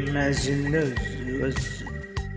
Imaginoso.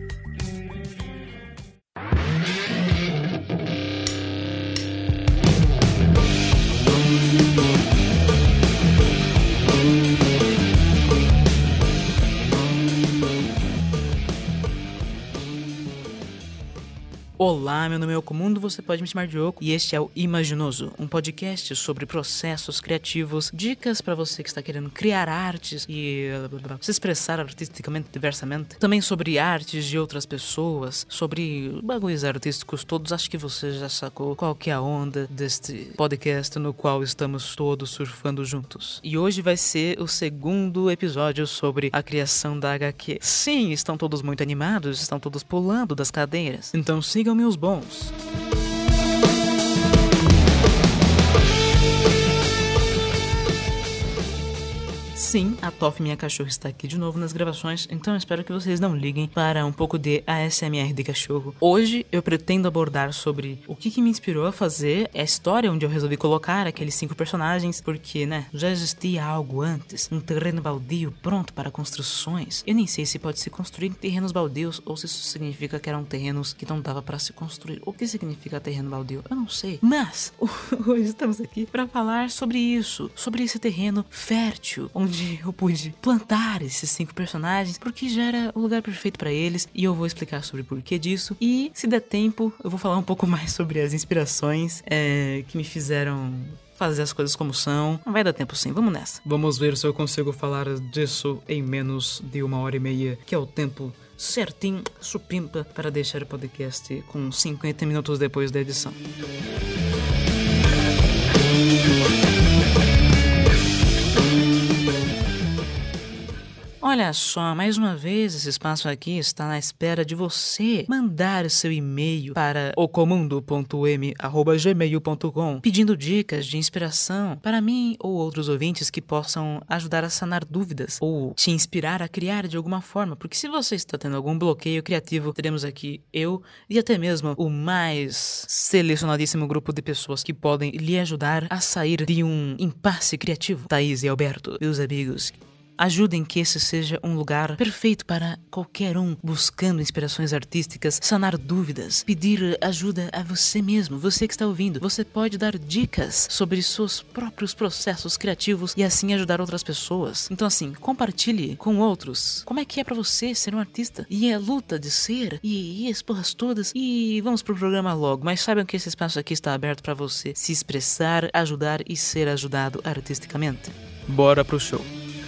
Olá, meu nome é Ocomundo, você pode me chamar de Oco, e este é o Imaginoso, um podcast sobre processos criativos, dicas pra você que está querendo criar artes e se expressar artisticamente, diversamente, também sobre artes de outras pessoas, sobre bagulhos artísticos todos. Acho que você já sacou qual que é a onda deste podcast no qual estamos todos surfando juntos. E hoje vai ser o segundo episódio sobre a criação da HQ. Sim, estão todos muito animados, estão todos pulando das cadeiras, então sigam meus bons. Sim, a Toff, minha cachorra, está aqui de novo nas gravações, então eu espero que vocês não liguem para um pouco de ASMR de cachorro. Hoje eu pretendo abordar sobre o que me inspirou a fazer a história onde eu resolvi colocar aqueles 5 personagens, porque, já existia algo antes, um terreno baldio pronto para construções. Eu nem sei se pode se construir em terrenos baldios ou se isso significa que eram terrenos que não dava para se construir. O que significa terreno baldio? Eu não sei. Mas hoje estamos aqui para falar sobre isso, sobre esse terreno fértil, onde eu pude plantar esses 5 personagens, porque já era o lugar perfeito pra eles, e eu vou explicar sobre o porquê disso, e se der tempo, eu vou falar um pouco mais sobre as inspirações que me fizeram fazer as coisas como são. Não vai dar tempo sim, vamos nessa. Vamos ver se eu consigo falar disso em menos de 1h30, que é o tempo certinho, supimpa, para deixar o podcast com 50 minutos depois da edição. Olha só, mais uma vez esse espaço aqui está na espera de você mandar o seu e-mail para ocomundo.m@gmail.com pedindo dicas de inspiração para mim ou outros ouvintes que possam ajudar a sanar dúvidas ou te inspirar a criar de alguma forma, porque se você está tendo algum bloqueio criativo, teremos aqui eu e até mesmo o mais selecionadíssimo grupo de pessoas que podem lhe ajudar a sair de um impasse criativo. Thaís e Alberto, meus amigos, ajudem que esse seja um lugar perfeito para qualquer um buscando inspirações artísticas, sanar dúvidas, pedir ajuda a você mesmo, você que está ouvindo. Você pode dar dicas sobre seus próprios processos criativos e assim ajudar outras pessoas. Então assim, compartilhe com outros como é que é pra você ser um artista e a luta de ser e as porras todas. E vamos pro programa logo, mas saibam que esse espaço aqui está aberto para você se expressar, ajudar e ser ajudado artisticamente. Bora pro show.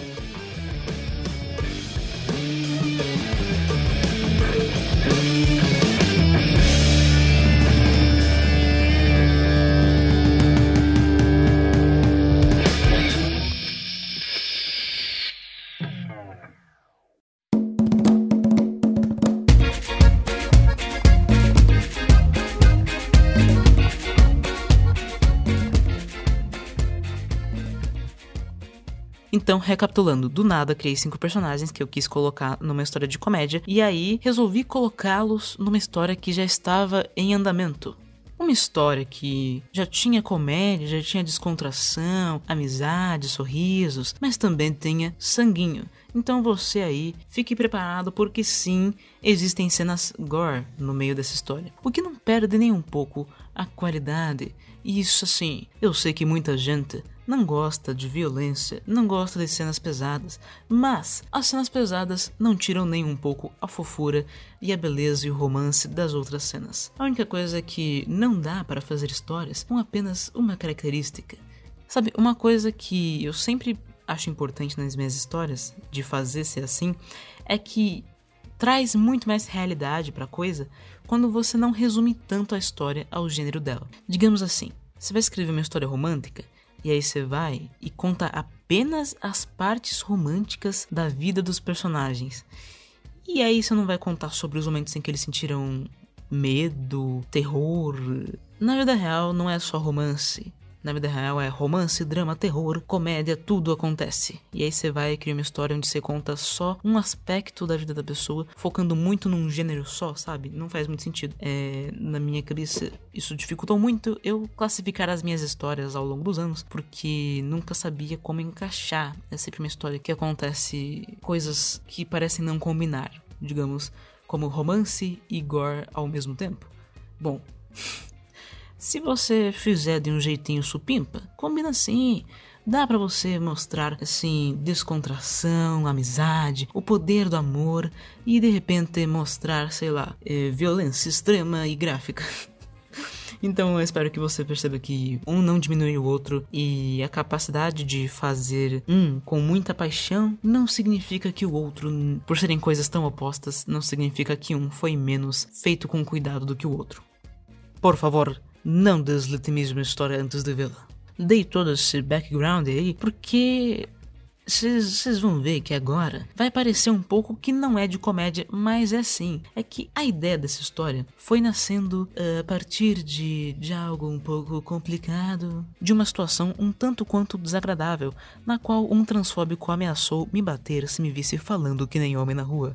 Então, recapitulando, do nada criei 5 personagens que eu quis colocar numa história de comédia, e aí resolvi colocá-los numa história que já estava em andamento. Uma história que já tinha comédia, já tinha descontração, amizade, sorrisos, mas também tinha sanguinho. Então você aí, fique preparado porque sim, existem cenas gore no meio dessa história. O que não perde nem um pouco a qualidade. E isso assim, eu sei que muita gente não gosta de violência, não gosta de cenas pesadas, mas as cenas pesadas não tiram nem um pouco a fofura e a beleza e o romance das outras cenas. A única coisa é que não dá para fazer histórias com apenas uma característica. Sabe, uma coisa que eu sempre acho importante nas minhas histórias, de fazer ser assim, é que traz muito mais realidade pra coisa quando você não resume tanto a história ao gênero dela. Digamos assim, você vai escrever uma história romântica, e aí você vai e conta apenas as partes românticas da vida dos personagens. E aí você não vai contar sobre os momentos em que eles sentiram medo, terror. Na vida real não é só romance. Na vida real é romance, drama, terror, comédia, tudo acontece. E aí você vai criar uma história onde você conta só um aspecto da vida da pessoa, focando muito num gênero só, sabe? Não faz muito sentido. Na minha cabeça, isso dificultou muito eu classificar as minhas histórias ao longo dos anos, porque nunca sabia como encaixar. É sempre uma história que acontece coisas que parecem não combinar, digamos, como romance e gore ao mesmo tempo. Bom... Se você fizer de um jeitinho supimpa, combina assim. Dá pra você mostrar, assim, descontração, amizade, o poder do amor e de repente mostrar, sei lá, violência extrema e gráfica. Então eu espero que você perceba que um não diminui o outro e a capacidade de fazer um com muita paixão não significa que o outro, por serem coisas tão opostas, não significa que um foi menos feito com cuidado do que o outro. Por favor, não deslitimize uma história antes de vê-la. Dei todo esse background aí porque vocês vão ver que agora vai parecer um pouco que não é de comédia, mas é sim. É que a ideia dessa história foi nascendo a partir de algo um pouco complicado, de uma situação um tanto quanto desagradável, na qual um transfóbico ameaçou me bater se me visse falando que nem homem na rua.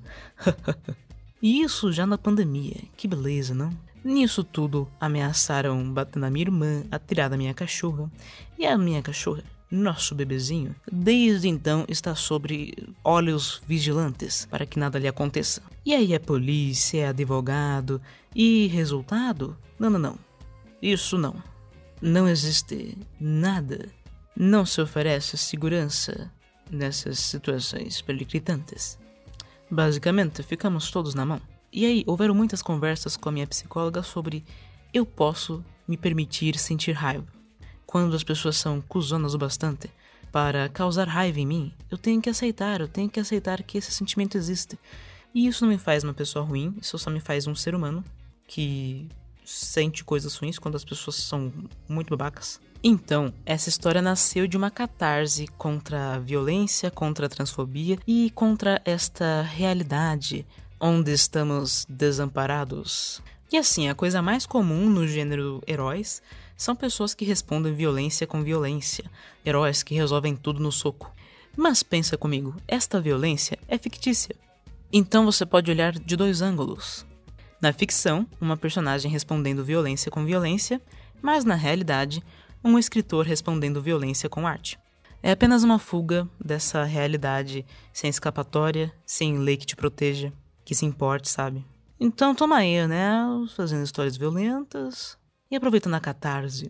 E isso já na pandemia, que beleza, não? Nisso tudo, ameaçaram bater na minha irmã, atirar da minha cachorra. E a minha cachorra, nosso bebezinho, desde então está sobre olhos vigilantes para que nada lhe aconteça. E aí é polícia, é advogado, e resultado? Não. Isso não. Não existe nada. Não se oferece segurança nessas situações periclitantes. Basicamente, ficamos todos na mão. E aí, houveram muitas conversas com a minha psicóloga sobre eu posso me permitir sentir raiva. Quando as pessoas são cuzonas o bastante para causar raiva em mim, eu tenho que aceitar que esse sentimento existe. E isso não me faz uma pessoa ruim, isso só me faz um ser humano que sente coisas ruins quando as pessoas são muito babacas. Então, essa história nasceu de uma catarse contra a violência, contra a transfobia e contra esta realidade onde estamos desamparados. E assim, a coisa mais comum no gênero heróis são pessoas que respondem violência com violência, heróis que resolvem tudo no soco. Mas pensa comigo, esta violência é fictícia. Então você pode olhar de dois ângulos. Na ficção, uma personagem respondendo violência com violência, mas na realidade, um escritor respondendo violência com arte. É apenas uma fuga dessa realidade sem escapatória, sem lei que te proteja, que se importe, sabe? Então toma aí, né? Fazendo histórias violentas e aproveitando a catarse.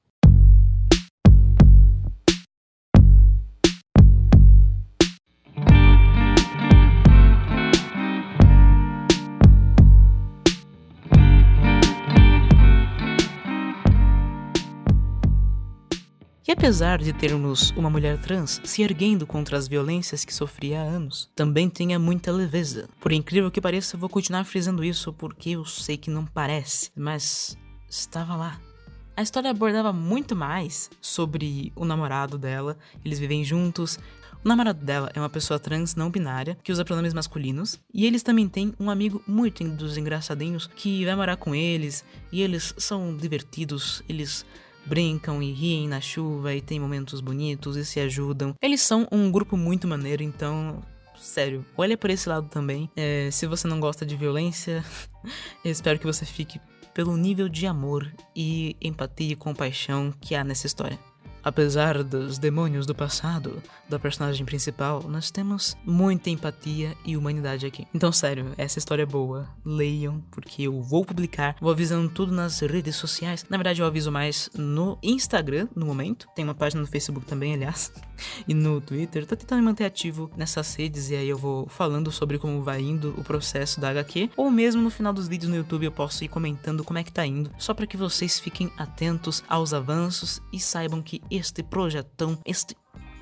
E apesar de termos uma mulher trans se erguendo contra as violências que sofria há anos, também tinha muita leveza. Por incrível que pareça, eu vou continuar frisando isso porque eu sei que não parece, mas estava lá. A história abordava muito mais sobre o namorado dela, eles vivem juntos. O namorado dela é uma pessoa trans não binária, que usa pronomes masculinos, e eles também têm um amigo muito dos engraçadinhos que vai morar com eles, e eles são divertidos, eles brincam e riem na chuva e tem momentos bonitos e se ajudam. Eles são um grupo muito maneiro, então, sério, olha por esse lado também. Se você não gosta de violência, eu espero que você fique pelo nível de amor e empatia e compaixão que há nessa história. Apesar dos demônios do passado da personagem principal, nós temos muita empatia e humanidade aqui. Então, sério, essa história é boa. Leiam, porque eu vou publicar. Vou avisando tudo nas redes sociais. Na verdade, eu aviso mais no Instagram, no momento. Tem uma página no Facebook também, aliás. E no Twitter. Tô tentando me manter ativo nessas redes. E aí eu vou falando sobre como vai indo o processo da HQ. Ou mesmo no final dos vídeos no YouTube eu posso ir comentando como é que tá indo. Só para que vocês fiquem atentos aos avanços e saibam que este projetão, esse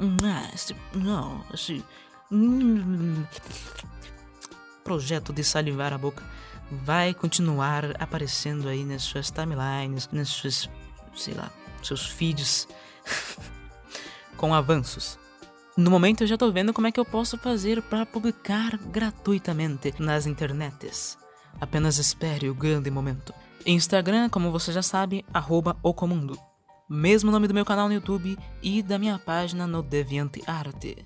projeto de salivar a boca vai continuar aparecendo aí nas suas timelines, nas suas, sei lá, seus feeds com avanços. No momento eu já tô vendo como é que eu posso fazer para publicar gratuitamente nas internets. Apenas espere o grande momento. Instagram, como você já sabe, @ocomundo. mesmo nome do meu canal no YouTube e da minha página no DeviantArt.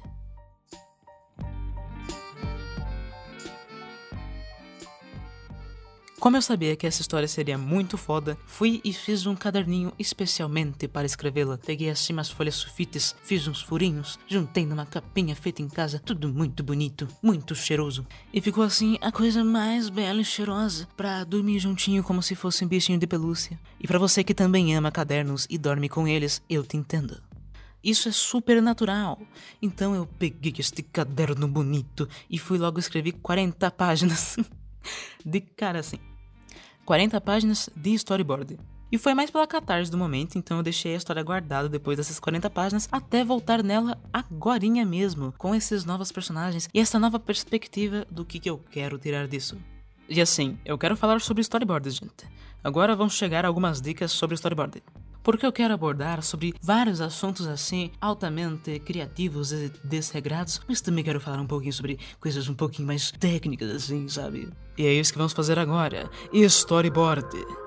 Como eu sabia que essa história seria muito foda, fui e fiz um caderninho especialmente para escrevê-la. Peguei assim umas folhas sulfites, fiz uns furinhos, juntei numa capinha feita em casa, tudo muito bonito, muito cheiroso. E ficou assim a coisa mais bela e cheirosa pra dormir juntinho como se fosse um bichinho de pelúcia. E pra você que também ama cadernos e dorme com eles, eu te entendo. Isso é super natural. Então eu peguei este caderno bonito e fui logo escrever 40 páginas. De cara assim. 40 páginas de storyboard. E foi mais pela catarse do momento, então eu deixei a história guardada depois dessas 40 páginas até voltar nela agorinha mesmo, com esses novos personagens e essa nova perspectiva do que eu quero tirar disso. E assim, eu quero falar sobre storyboards, gente. Agora vamos chegar a algumas dicas sobre storyboard. Porque eu quero abordar sobre vários assuntos assim, altamente criativos e desregrados, mas também quero falar um pouquinho sobre coisas um pouquinho mais técnicas assim, sabe? E é isso que vamos fazer agora, storyboard.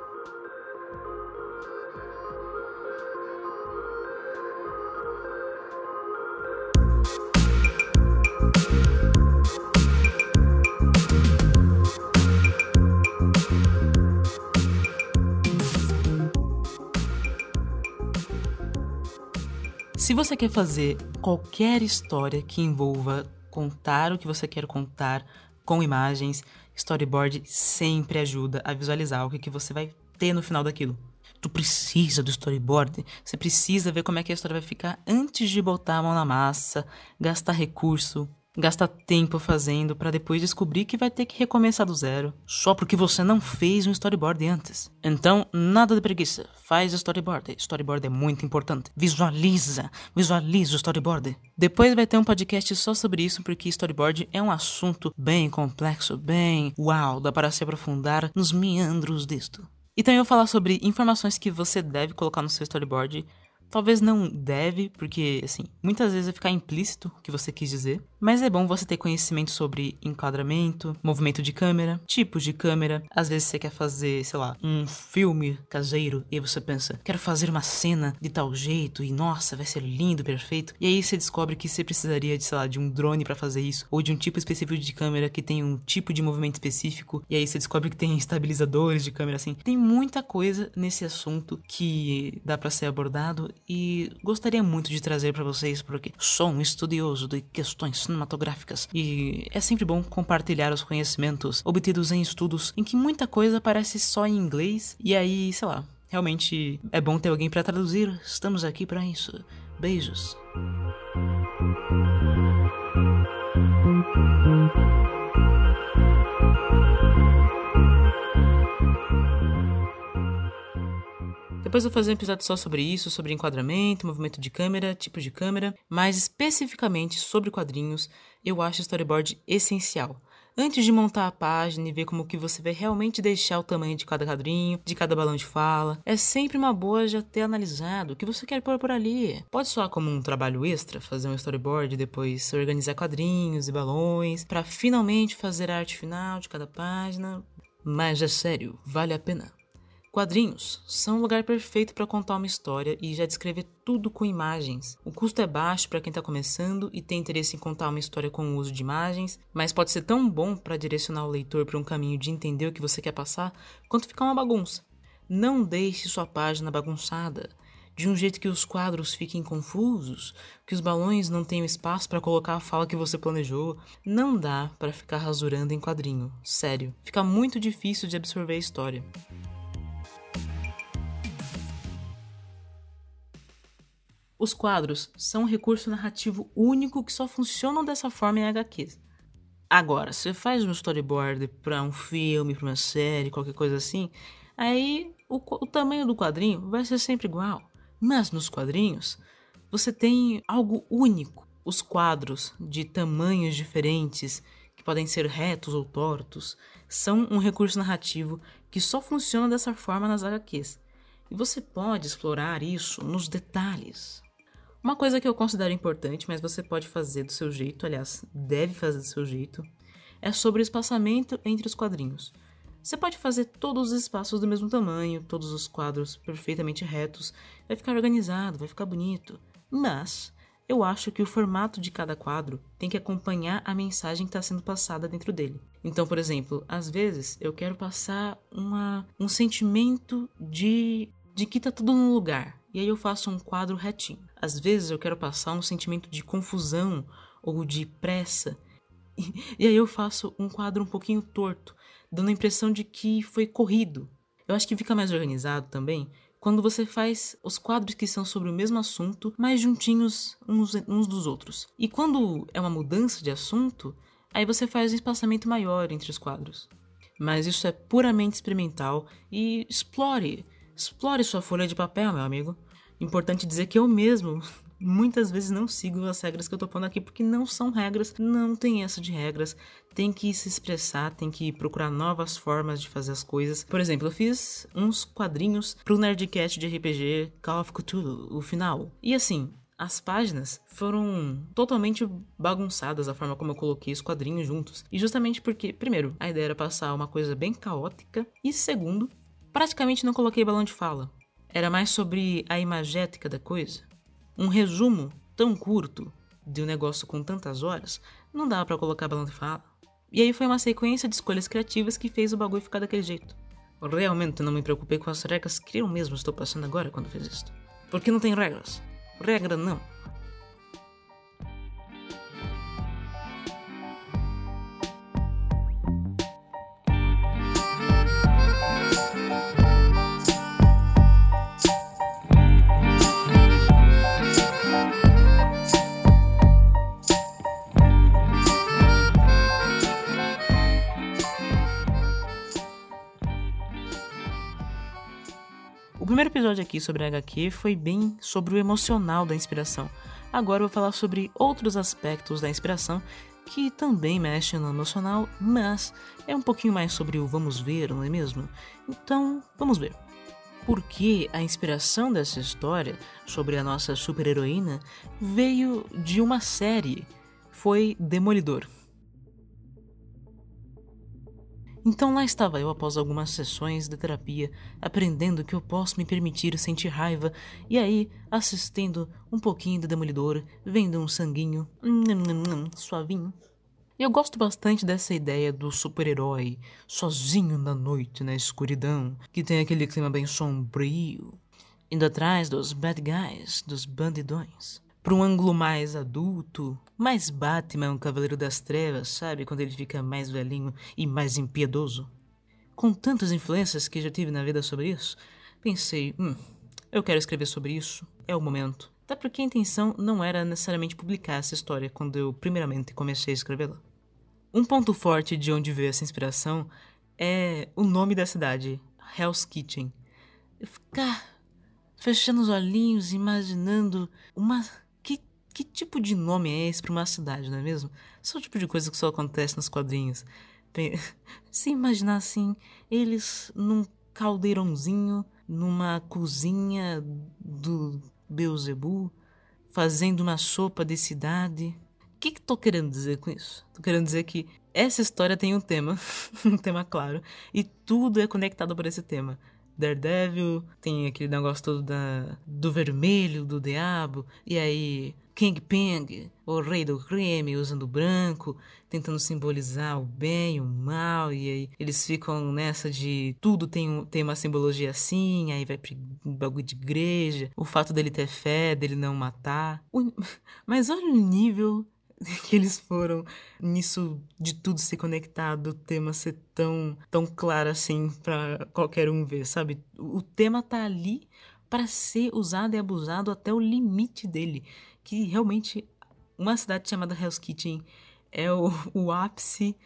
Se você quer fazer qualquer história que envolva contar o que você quer contar com imagens, storyboard sempre ajuda a visualizar o que você vai ter no final daquilo. Tu precisa do storyboard, você precisa ver como é que a história vai ficar antes de botar a mão na massa, gastar recurso, gastar tempo fazendo pra depois descobrir que vai ter que recomeçar do zero, só porque você não fez um storyboard antes. Então, nada de preguiça, faz storyboard. Storyboard é muito importante. Visualiza o storyboard. Depois vai ter um podcast só sobre isso, porque storyboard é um assunto bem complexo, bem uau, dá para se aprofundar nos meandros disto. E também vou falar sobre informações que você deve colocar no seu storyboard. Talvez não deve, porque, assim, muitas vezes vai ficar implícito o que você quis dizer. Mas é bom você ter conhecimento sobre enquadramento, movimento de câmera, tipos de câmera. Às vezes você quer fazer, sei lá, um filme caseiro e aí você pensa, quero fazer uma cena de tal jeito e, nossa, vai ser lindo, perfeito. E aí você descobre que você precisaria de, sei lá, de um drone pra fazer isso, ou de um tipo específico de câmera que tem um tipo de movimento específico. E aí você descobre que tem estabilizadores de câmera, assim. Tem muita coisa nesse assunto que dá pra ser abordado e gostaria muito de trazer pra vocês, porque sou um estudioso de questões cinematográficas e é sempre bom compartilhar os conhecimentos obtidos em estudos em que muita coisa parece só em inglês e aí, sei lá, realmente é bom ter alguém pra traduzir. Estamos aqui pra isso. Beijos. Depois eu vou fazer um episódio só sobre isso, sobre enquadramento, movimento de câmera, tipo de câmera, mas especificamente sobre quadrinhos, eu acho storyboard essencial. Antes de montar a página e ver como que você vai realmente deixar o tamanho de cada quadrinho, de cada balão de fala, é sempre uma boa já ter analisado o que você quer pôr por ali. Pode soar como um trabalho extra, fazer um storyboard e depois organizar quadrinhos e balões, para finalmente fazer a arte final de cada página, mas é sério, vale a pena. Quadrinhos são um lugar perfeito para contar uma história e já descrever tudo com imagens. O custo é baixo para quem está começando e tem interesse em contar uma história com o uso de imagens, mas pode ser tão bom para direcionar o leitor para um caminho de entender o que você quer passar, quanto ficar uma bagunça. Não deixe sua página bagunçada, de um jeito que os quadros fiquem confusos, que os balões não tenham espaço para colocar a fala que você planejou. Não dá para ficar rasurando em quadrinho, sério. Fica muito difícil de absorver a história. Os quadros são um recurso narrativo único que só funcionam dessa forma em HQs. Agora, você faz um storyboard para um filme, para uma série, qualquer coisa assim, aí o tamanho do quadrinho vai ser sempre igual. Mas nos quadrinhos, você tem algo único. Os quadros de tamanhos diferentes, que podem ser retos ou tortos, são um recurso narrativo que só funciona dessa forma nas HQs. E você pode explorar isso nos detalhes. Uma coisa que eu considero importante, mas você pode fazer do seu jeito, aliás, deve fazer do seu jeito, é sobre o espaçamento entre os quadrinhos. Você pode fazer todos os espaços do mesmo tamanho, todos os quadros perfeitamente retos, vai ficar organizado, vai ficar bonito. Mas eu acho que o formato de cada quadro tem que acompanhar a mensagem que está sendo passada dentro dele. Então, por exemplo, às vezes eu quero passar um sentimento de que tá tudo no lugar, e aí eu faço um quadro retinho. Às vezes eu quero passar um sentimento de confusão ou de pressa, e aí eu faço um quadro um pouquinho torto, dando a impressão de que foi corrido. Eu acho que fica mais organizado também quando você faz os quadros que são sobre o mesmo assunto mais juntinhos uns dos outros. E quando é uma mudança de assunto, aí você faz um espaçamento maior entre os quadros. Mas isso é puramente experimental e explore sua folha de papel, meu amigo. Importante dizer que eu mesmo muitas vezes não sigo as regras que eu tô pondo aqui, porque não são regras, não tem essa de regras. Tem que se expressar, tem que procurar novas formas de fazer as coisas. Por exemplo, eu fiz uns quadrinhos pro Nerdcast de RPG Call of Cthulhu, o final. E assim, as páginas foram totalmente bagunçadas, a forma como eu coloquei os quadrinhos juntos. E justamente porque, primeiro, a ideia era passar uma coisa bem caótica, e segundo, praticamente não coloquei balão de fala. Era mais sobre a imagética da coisa. Um resumo tão curto de um negócio com tantas horas, não dava pra colocar balão de fala. E aí foi uma sequência de escolhas criativas que fez o bagulho ficar daquele jeito. Realmente não me preocupei com as regras que eu mesmo estou passando agora quando fiz isto. Porque não tem regras. Regra não. O primeiro episódio aqui sobre a HQ foi bem sobre o emocional da inspiração. Agora eu vou falar sobre outros aspectos da inspiração que também mexem no emocional, mas é um pouquinho mais sobre o vamos ver, não é mesmo? Então, vamos ver. Porque a inspiração dessa história sobre a nossa super-heroína veio de uma série. Foi Demolidor. Então lá estava eu após algumas sessões de terapia, aprendendo que eu posso me permitir sentir raiva, e aí assistindo um pouquinho de Demolidor, vendo um sanguinho, suavinho. E eu gosto bastante dessa ideia do super-herói sozinho na noite, na escuridão, que tem aquele clima bem sombrio, indo atrás dos bad guys, dos bandidões. Para um ângulo mais adulto, mais Batman, um Cavaleiro das Trevas, sabe? Quando ele fica mais velhinho e mais impiedoso. Com tantas influências que já tive na vida sobre isso, pensei, eu quero escrever sobre isso, é o momento. Até porque a intenção não era necessariamente publicar essa história quando eu primeiramente comecei a escrevê-la. Um ponto forte de onde veio essa inspiração é o nome da cidade, Hell's Kitchen. Eu ficar fechando os olhinhos, imaginando que tipo de nome é esse pra uma cidade, não é mesmo? Esse é o tipo de coisa que só acontece nos quadrinhos. Se imaginar assim, eles num caldeirãozinho, numa cozinha do Beelzebub, fazendo uma sopa de cidade. O que tô querendo dizer com isso? Tô querendo dizer que essa história tem um tema, um tema claro, e tudo é conectado por esse tema. Daredevil, tem aquele negócio todo do vermelho, do diabo, e aí Kingpin, o rei do crime, usando branco, tentando simbolizar o bem, o mal, e aí eles ficam nessa de tudo tem uma simbologia assim, aí vai pro bagulho de igreja, o fato dele ter fé, dele não matar. Mas olha o nível que eles foram nisso de tudo ser conectado, o tema ser tão claro assim pra qualquer um ver, sabe? O tema tá ali para ser usado e abusado até o limite dele, que realmente uma cidade chamada Hell's Kitchen é o ápice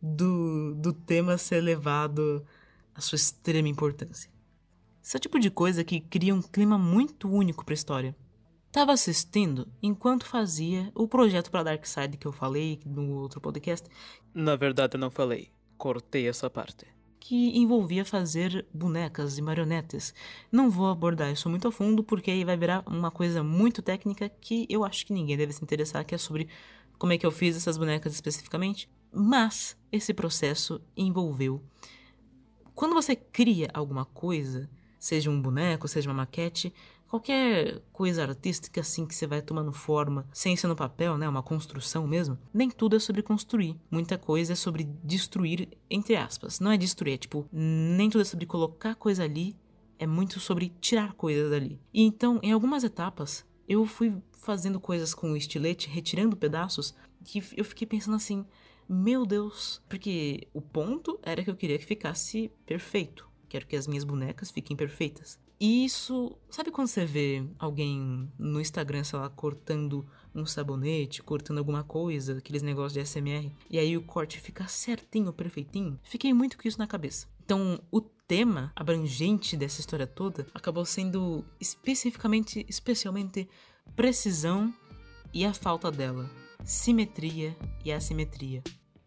do tema ser levado à sua extrema importância. Esse é o tipo de coisa que cria um clima muito único pra história. Tava assistindo enquanto fazia o projeto para Darkseid que eu falei no outro podcast. Na verdade, eu não falei. Cortei essa parte. Que envolvia fazer bonecas e marionetes. Não vou abordar isso muito a fundo, porque aí vai virar uma coisa muito técnica que eu acho que ninguém deve se interessar, que é sobre como é que eu fiz essas bonecas especificamente. Mas esse processo envolveu Quando você cria alguma coisa, seja um boneco, seja uma maquete, qualquer coisa artística assim que você vai tomando forma, sem ser no papel, né, uma construção mesmo, nem tudo é sobre construir. Muita coisa é sobre destruir, entre aspas. Não é destruir, é tipo, nem tudo é sobre colocar coisa ali, é muito sobre tirar coisas dali. E então, em algumas etapas, eu fui fazendo coisas com o estilete, retirando pedaços, que eu fiquei pensando assim, meu Deus, porque o ponto era que eu queria que ficasse perfeito. Quero que as minhas bonecas fiquem perfeitas. E isso, sabe quando você vê alguém no Instagram, sei lá, cortando um sabonete, cortando alguma coisa, aqueles negócios de ASMR, e aí o corte fica certinho, perfeitinho? Fiquei muito com isso na cabeça. Então, o tema abrangente dessa história toda acabou sendo especialmente precisão e a falta dela, simetria e assimetria.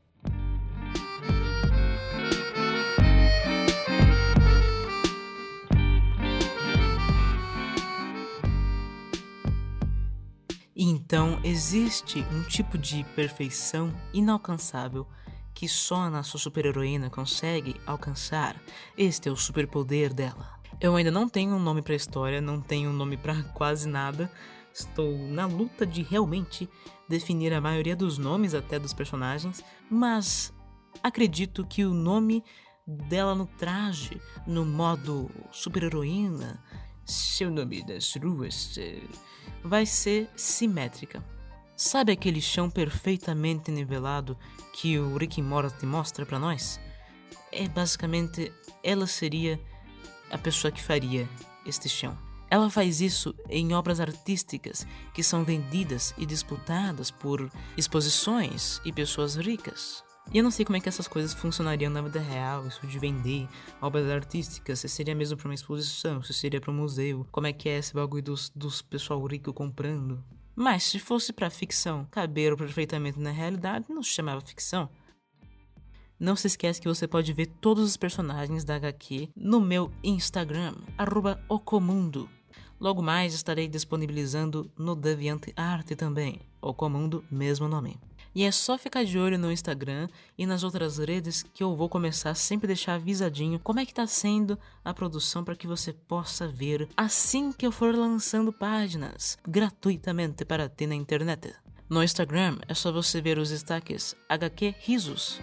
Então, existe um tipo de perfeição inalcançável que só a nossa super-heroína consegue alcançar. Este é o superpoder dela. Eu ainda não tenho um nome pra história, não tenho um nome pra quase nada. Estou na luta de realmente definir a maioria dos nomes até dos personagens, mas acredito que o nome dela no traje, no modo super-heroína, seu nome das ruas, vai ser simétrica. Sabe aquele chão perfeitamente nivelado que o Rick and Morty mostra pra nós? Basicamente, ela seria a pessoa que faria este chão. Ela faz isso em obras artísticas que são vendidas e disputadas por exposições e pessoas ricas. E eu não sei como é que essas coisas funcionariam na vida real, isso de vender obras artísticas, se seria mesmo pra uma exposição, se seria pra um museu, como é que é esse bagulho dos pessoal rico comprando. Mas se fosse pra ficção caber perfeitamente na realidade, não se chamava ficção. Não se esquece que você pode ver todos os personagens da HQ no meu Instagram, @ocomundo. Logo mais estarei disponibilizando no DeviantArt também, Ocomundo, mesmo nome. E é só ficar de olho no Instagram e nas outras redes que eu vou começar a sempre deixar avisadinho como é que tá sendo a produção para que você possa ver assim que eu for lançando páginas gratuitamente para ti na internet. No Instagram é só você ver os destaques HQ Risos.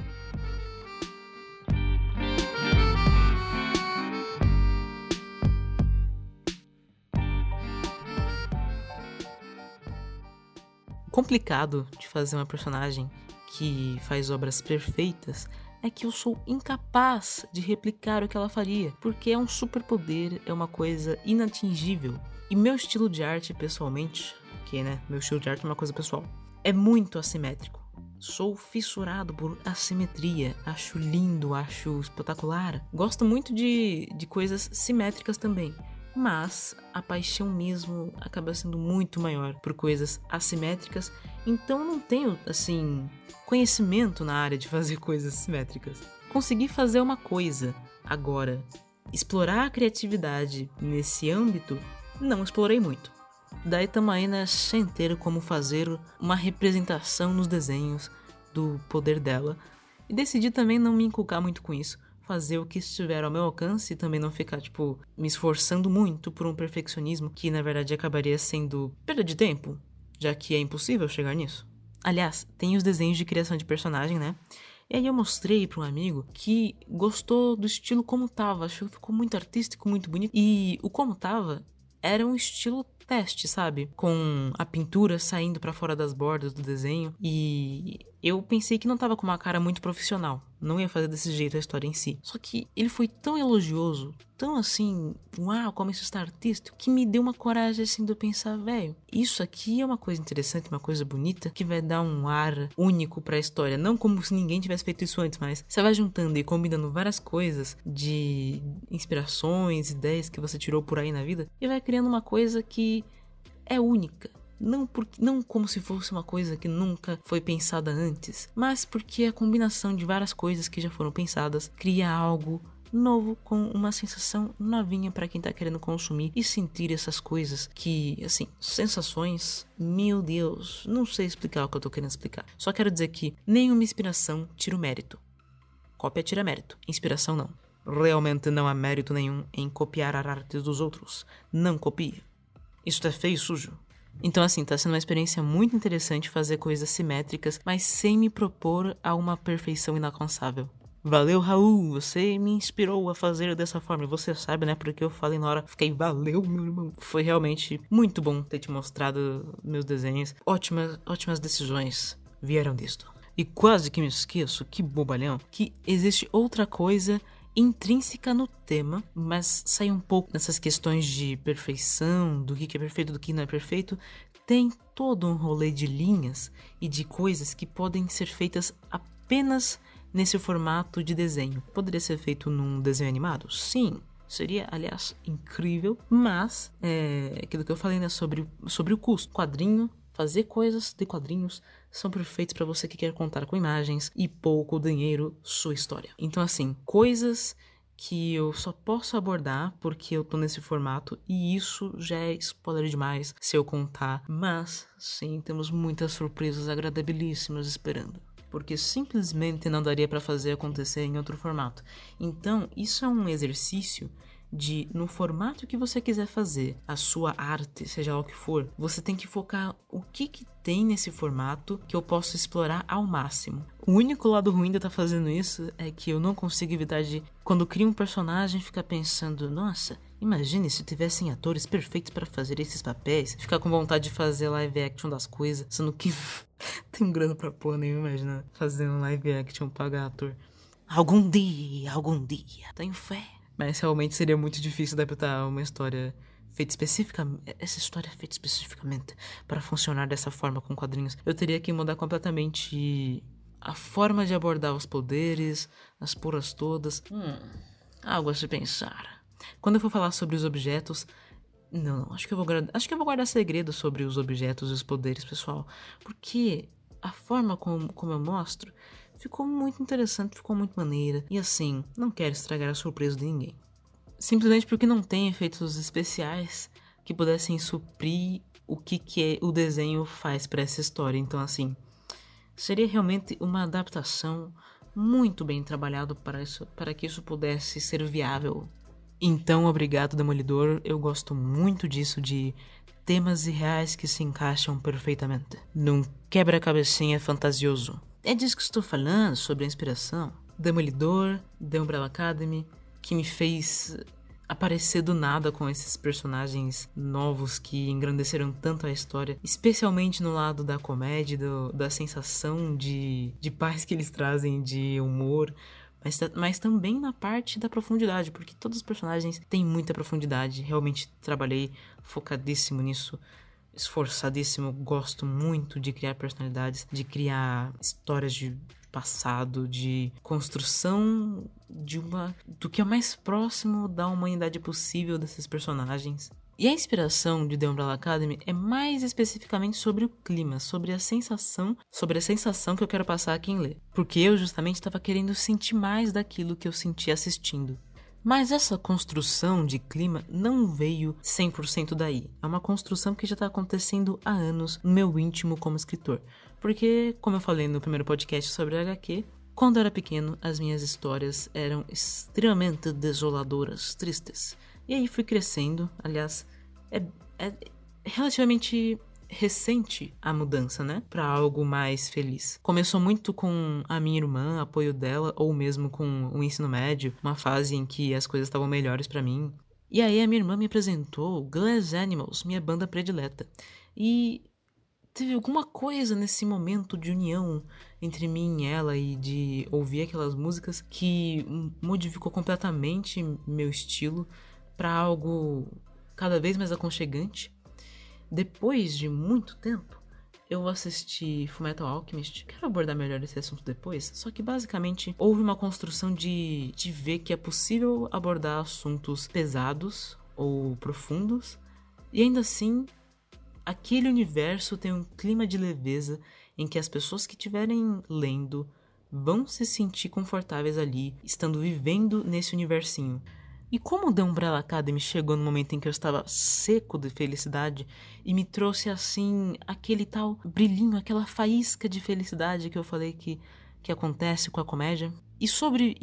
Complicado de fazer uma personagem que faz obras perfeitas é que eu sou incapaz de replicar o que ela faria, porque é um superpoder, é uma coisa inatingível. E meu estilo de arte, pessoalmente, meu estilo de arte é uma coisa pessoal, é muito assimétrico. Sou fissurado por assimetria, acho lindo, acho espetacular. Gosto muito de coisas simétricas também. Mas a paixão mesmo acaba sendo muito maior por coisas assimétricas, então eu não tenho, assim, conhecimento na área de fazer coisas simétricas. Consegui fazer uma coisa, agora, explorar a criatividade nesse âmbito, não explorei muito. Daí tamo aí sem ter como fazer uma representação nos desenhos do poder dela, e decidi também não me inculcar muito com isso. Fazer o que estiver ao meu alcance e também não ficar, me esforçando muito por um perfeccionismo que, na verdade, acabaria sendo perda de tempo, já que é impossível chegar nisso. Aliás, tem os desenhos de criação de personagem, né? E aí eu mostrei para um amigo que gostou do estilo como tava, achou que ficou muito artístico, muito bonito. E o como tava era um estilo teste, sabe? Com a pintura saindo pra fora das bordas do desenho. E eu pensei que não tava com uma cara muito profissional. Não ia fazer desse jeito a história em si. Só que ele foi tão elogioso, tão assim, uau, como isso está artístico, que me deu uma coragem assim de eu pensar, velho, isso aqui é uma coisa interessante, uma coisa bonita, que vai dar um ar único pra história. Não como se ninguém tivesse feito isso antes, mas você vai juntando e combinando várias coisas de inspirações, ideias que você tirou por aí na vida, e vai criando uma coisa que é única. Não como se fosse uma coisa que nunca foi pensada antes, mas porque a combinação de várias coisas que já foram pensadas cria algo novo com uma sensação novinha para quem tá querendo consumir e sentir essas coisas que, assim, sensações, meu Deus, não sei explicar o que eu tô querendo explicar. Só quero dizer que nenhuma inspiração tira o mérito. Cópia tira mérito, inspiração não. Realmente não há mérito nenhum em copiar a arte dos outros. Não copie. Isso é feio e sujo. Então, assim, tá sendo uma experiência muito interessante fazer coisas simétricas, mas sem me propor a uma perfeição inalcançável. Valeu, Raul, você me inspirou a fazer dessa forma. E você sabe, né, porque eu falei na hora, fiquei, valeu, meu irmão. Foi realmente muito bom ter te mostrado meus desenhos. Ótimas decisões vieram disto. E quase que me esqueço, que bobalhão, que existe outra coisa intrínseca no tema, mas sai um pouco dessas questões de perfeição, do que é perfeito, do que não é perfeito. Tem todo um rolê de linhas e de coisas que podem ser feitas apenas nesse formato de desenho. Poderia ser feito num desenho animado? Sim. Seria, aliás, incrível, mas aquilo que eu falei, né, sobre o custo. Quadrinho, fazer coisas de quadrinhos são perfeitos para você que quer contar com imagens e pouco dinheiro sua história. Então, assim, coisas que eu só posso abordar porque eu tô nesse formato, e isso já é spoiler demais se eu contar, mas sim, temos muitas surpresas agradabilíssimas esperando, porque simplesmente não daria para fazer acontecer em outro formato. Então, isso é um exercício de, no formato que você quiser fazer a sua arte, seja lá o que for, você tem que focar o que tem nesse formato que eu posso explorar ao máximo. O único lado ruim de eu estar fazendo isso é que eu não consigo evitar de, quando crio um personagem, ficar pensando, nossa, imagine se tivessem atores perfeitos para fazer esses papéis, ficar com vontade de fazer live action das coisas, sendo que tem grana pra porra nenhuma, imagina fazer um live action, pagar ator. Algum dia, tenho fé. Mas realmente seria muito difícil adaptar uma história feita especificamente, essa história é feita especificamente para funcionar dessa forma com quadrinhos. Eu teria que mudar completamente a forma de abordar os poderes, as porras todas. Algo a se pensar. Quando eu for falar sobre os objetos, não, acho que eu vou guardar segredo sobre os objetos e os poderes, pessoal, porque a forma como eu mostro ficou muito interessante, ficou muito maneira. E assim, não quero estragar a surpresa de ninguém. Simplesmente porque não tem efeitos especiais que pudessem suprir o que o desenho faz para essa história. Então, assim, seria realmente uma adaptação muito bem trabalhada para que isso pudesse ser viável. Então, obrigado, Demolidor. Eu gosto muito disso, de temas irreais que se encaixam perfeitamente num quebra-cabecinha fantasioso. É disso que estou falando, sobre a inspiração. Demolidor, The Umbrella Academy, que me fez aparecer do nada com esses personagens novos que engrandeceram tanto a história, especialmente no lado da comédia, da sensação de paz que eles trazem, de humor, mas também na parte da profundidade, porque todos os personagens têm muita profundidade. Realmente trabalhei focadíssimo nisso, esforçadíssimo. Gosto muito de criar personalidades, de criar histórias de passado, de construção do que é mais próximo da humanidade possível desses personagens. E a inspiração de The Umbrella Academy é mais especificamente sobre o clima, sobre a sensação que eu quero passar a quem lê. Porque eu justamente estava querendo sentir mais daquilo que eu senti assistindo. Mas essa construção de clima não veio 100% daí. É uma construção que já está acontecendo há anos no meu íntimo como escritor. Porque, como eu falei no primeiro podcast sobre HQ, quando eu era pequeno, as minhas histórias eram extremamente desoladoras, tristes. E aí fui crescendo. Aliás, é relativamente recente a mudança, né? Pra algo mais feliz. Começou muito com a minha irmã, apoio dela, ou mesmo com o ensino médio, uma fase em que as coisas estavam melhores pra mim. E aí a minha irmã me apresentou Glass Animals, minha banda predileta. E teve alguma coisa nesse momento de união entre mim e ela, e de ouvir aquelas músicas, que modificou completamente meu estilo pra algo cada vez mais aconchegante. Depois de muito tempo, eu assisti Fullmetal Alchemist. Quero abordar melhor esse assunto depois, só que basicamente houve uma construção de ver que é possível abordar assuntos pesados ou profundos, e ainda assim, aquele universo tem um clima de leveza em que as pessoas que estiverem lendo vão se sentir confortáveis ali, estando vivendo nesse universinho. E como o The Umbrella Academy chegou no momento em que eu estava seco de felicidade e me trouxe assim aquele tal brilhinho, aquela faísca de felicidade que eu falei que acontece com a comédia. E sobre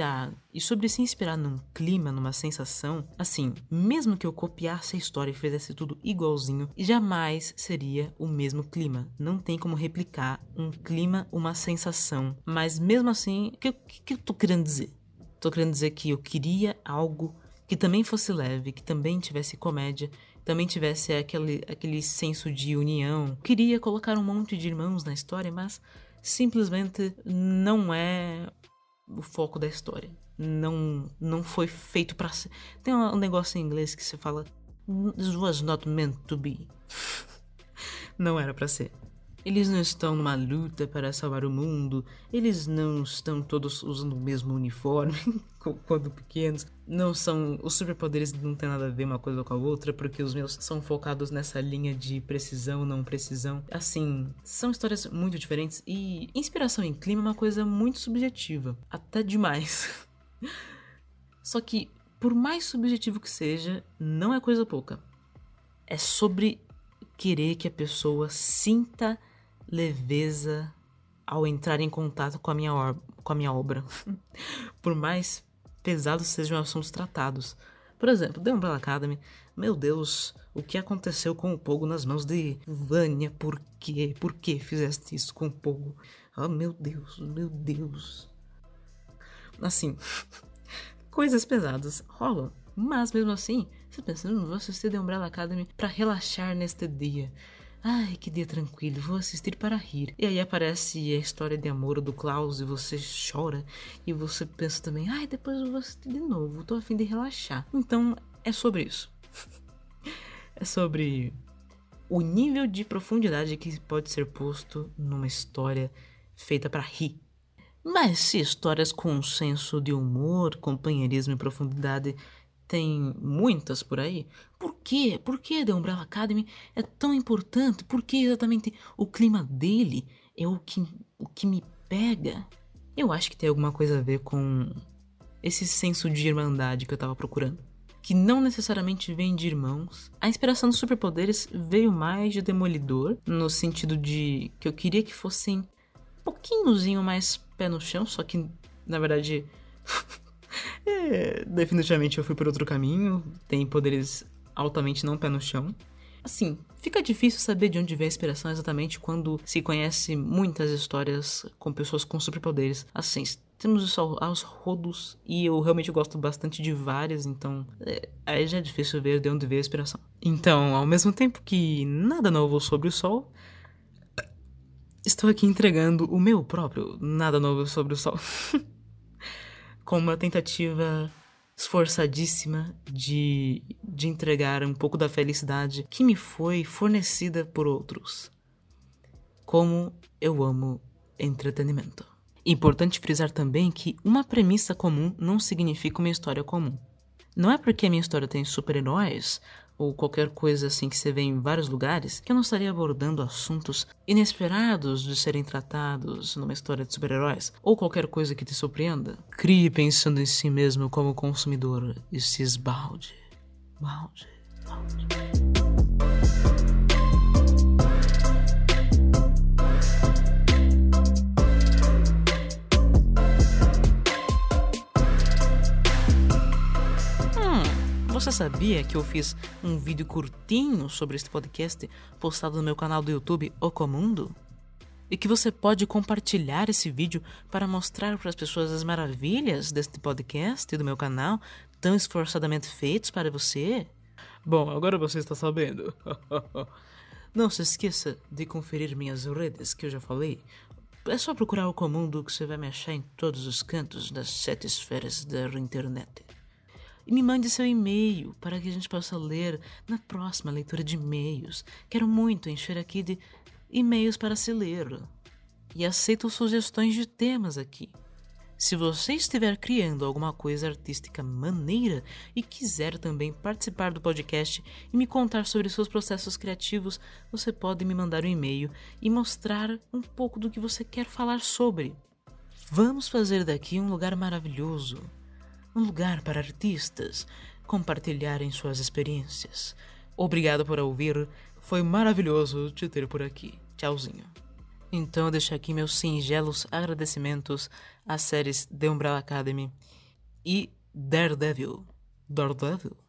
se inspirar num clima, numa sensação, assim, mesmo que eu copiasse a história e fizesse tudo igualzinho, jamais seria o mesmo clima. Não tem como replicar um clima, uma sensação. Mas mesmo assim, o que eu tô querendo dizer? Tô querendo dizer que eu queria algo que também fosse leve, que também tivesse comédia, também tivesse aquele senso de união. Queria colocar um monte de irmãos na história, mas simplesmente não é o foco da história. Não foi feito pra ser. Tem um negócio em inglês que se fala "This was not meant to be". Não era pra ser. Eles não estão numa luta para salvar o mundo. Eles não estão todos usando o mesmo uniforme quando pequenos. Não são. Os superpoderes não tem nada a ver uma coisa com a outra, porque os meus são focados nessa linha de precisão, não precisão. Assim, são histórias muito diferentes e inspiração em clima é uma coisa muito subjetiva. Até demais. Só que, por mais subjetivo que seja, não é coisa pouca. É sobre querer que a pessoa sinta leveza ao entrar em contato com a minha obra. Por mais pesados sejam os assuntos tratados. Por exemplo, The Umbrella Academy. Meu Deus, o que aconteceu com o Pogo nas mãos de Vanya? Por quê? Por que fizeste isso com o Pogo? Oh, meu Deus, meu Deus. Assim, coisas pesadas rolam. Mas mesmo assim, você pensa, vou assistir The Umbrella Academy pra relaxar neste dia. Ai, que dia tranquilo, vou assistir para rir. E aí aparece a história de amor do Klaus e você chora. E você pensa também, ai, depois eu vou assistir de novo, tô a fim de relaxar. Então, é sobre isso. É sobre o nível de profundidade que pode ser posto numa história feita para rir. Mas se histórias com um senso de humor, companheirismo e profundidade tem muitas por aí, por quê? Por que The Umbrella Academy é tão importante? Por que exatamente o clima dele é o que me pega? Eu acho que tem alguma coisa a ver com esse senso de irmandade que eu tava procurando. Que não necessariamente vem de irmãos. A inspiração dos superpoderes veio mais de Demolidor, no sentido de que eu queria que fossem um pouquinhozinho mais pé no chão, só que, na verdade, definitivamente eu fui por outro caminho. Tem poderes altamente não pé no chão. Assim, fica difícil saber de onde vem a inspiração exatamente quando se conhece muitas histórias com pessoas com superpoderes. Assim, temos isso aos rodos e eu realmente gosto bastante de várias, então aí já é difícil ver de onde veio a inspiração. Então, ao mesmo tempo que nada novo sobre o Sol, estou aqui entregando o meu próprio nada novo sobre o Sol. Com uma tentativa esforçadíssima de entregar um pouco da felicidade que me foi fornecida por outros. Como eu amo entretenimento. Importante frisar também que uma premissa comum não significa uma história comum. Não é porque a minha história tem super-heróis ou qualquer coisa assim que você vê em vários lugares que eu não estaria abordando assuntos inesperados de serem tratados numa história de super-heróis ou qualquer coisa que te surpreenda. Crie pensando em si mesmo como consumidor e se esbalde. Balde. Você sabia que eu fiz um vídeo curtinho sobre este podcast postado no meu canal do YouTube O Comundo? E que você pode compartilhar esse vídeo para mostrar para as pessoas as maravilhas deste podcast e do meu canal, tão esforçadamente feitos para você? Bom, agora você está sabendo. Não se esqueça de conferir minhas redes que eu já falei. É só procurar O Comundo que você vai me achar em todos os cantos das 7 esferas da internet. E me mande seu e-mail para que a gente possa ler na próxima leitura de e-mails. Quero muito encher aqui de e-mails para se ler. E aceito sugestões de temas aqui. Se você estiver criando alguma coisa artística maneira e quiser também participar do podcast e me contar sobre seus processos criativos, você pode me mandar um e-mail e mostrar um pouco do que você quer falar sobre. Vamos fazer daqui um lugar maravilhoso. Um lugar para artistas compartilharem suas experiências. Obrigado por ouvir. Foi maravilhoso te ter por aqui. Tchauzinho. Então eu deixo aqui meus singelos agradecimentos às séries The Umbrella Academy e Daredevil. Daredevil?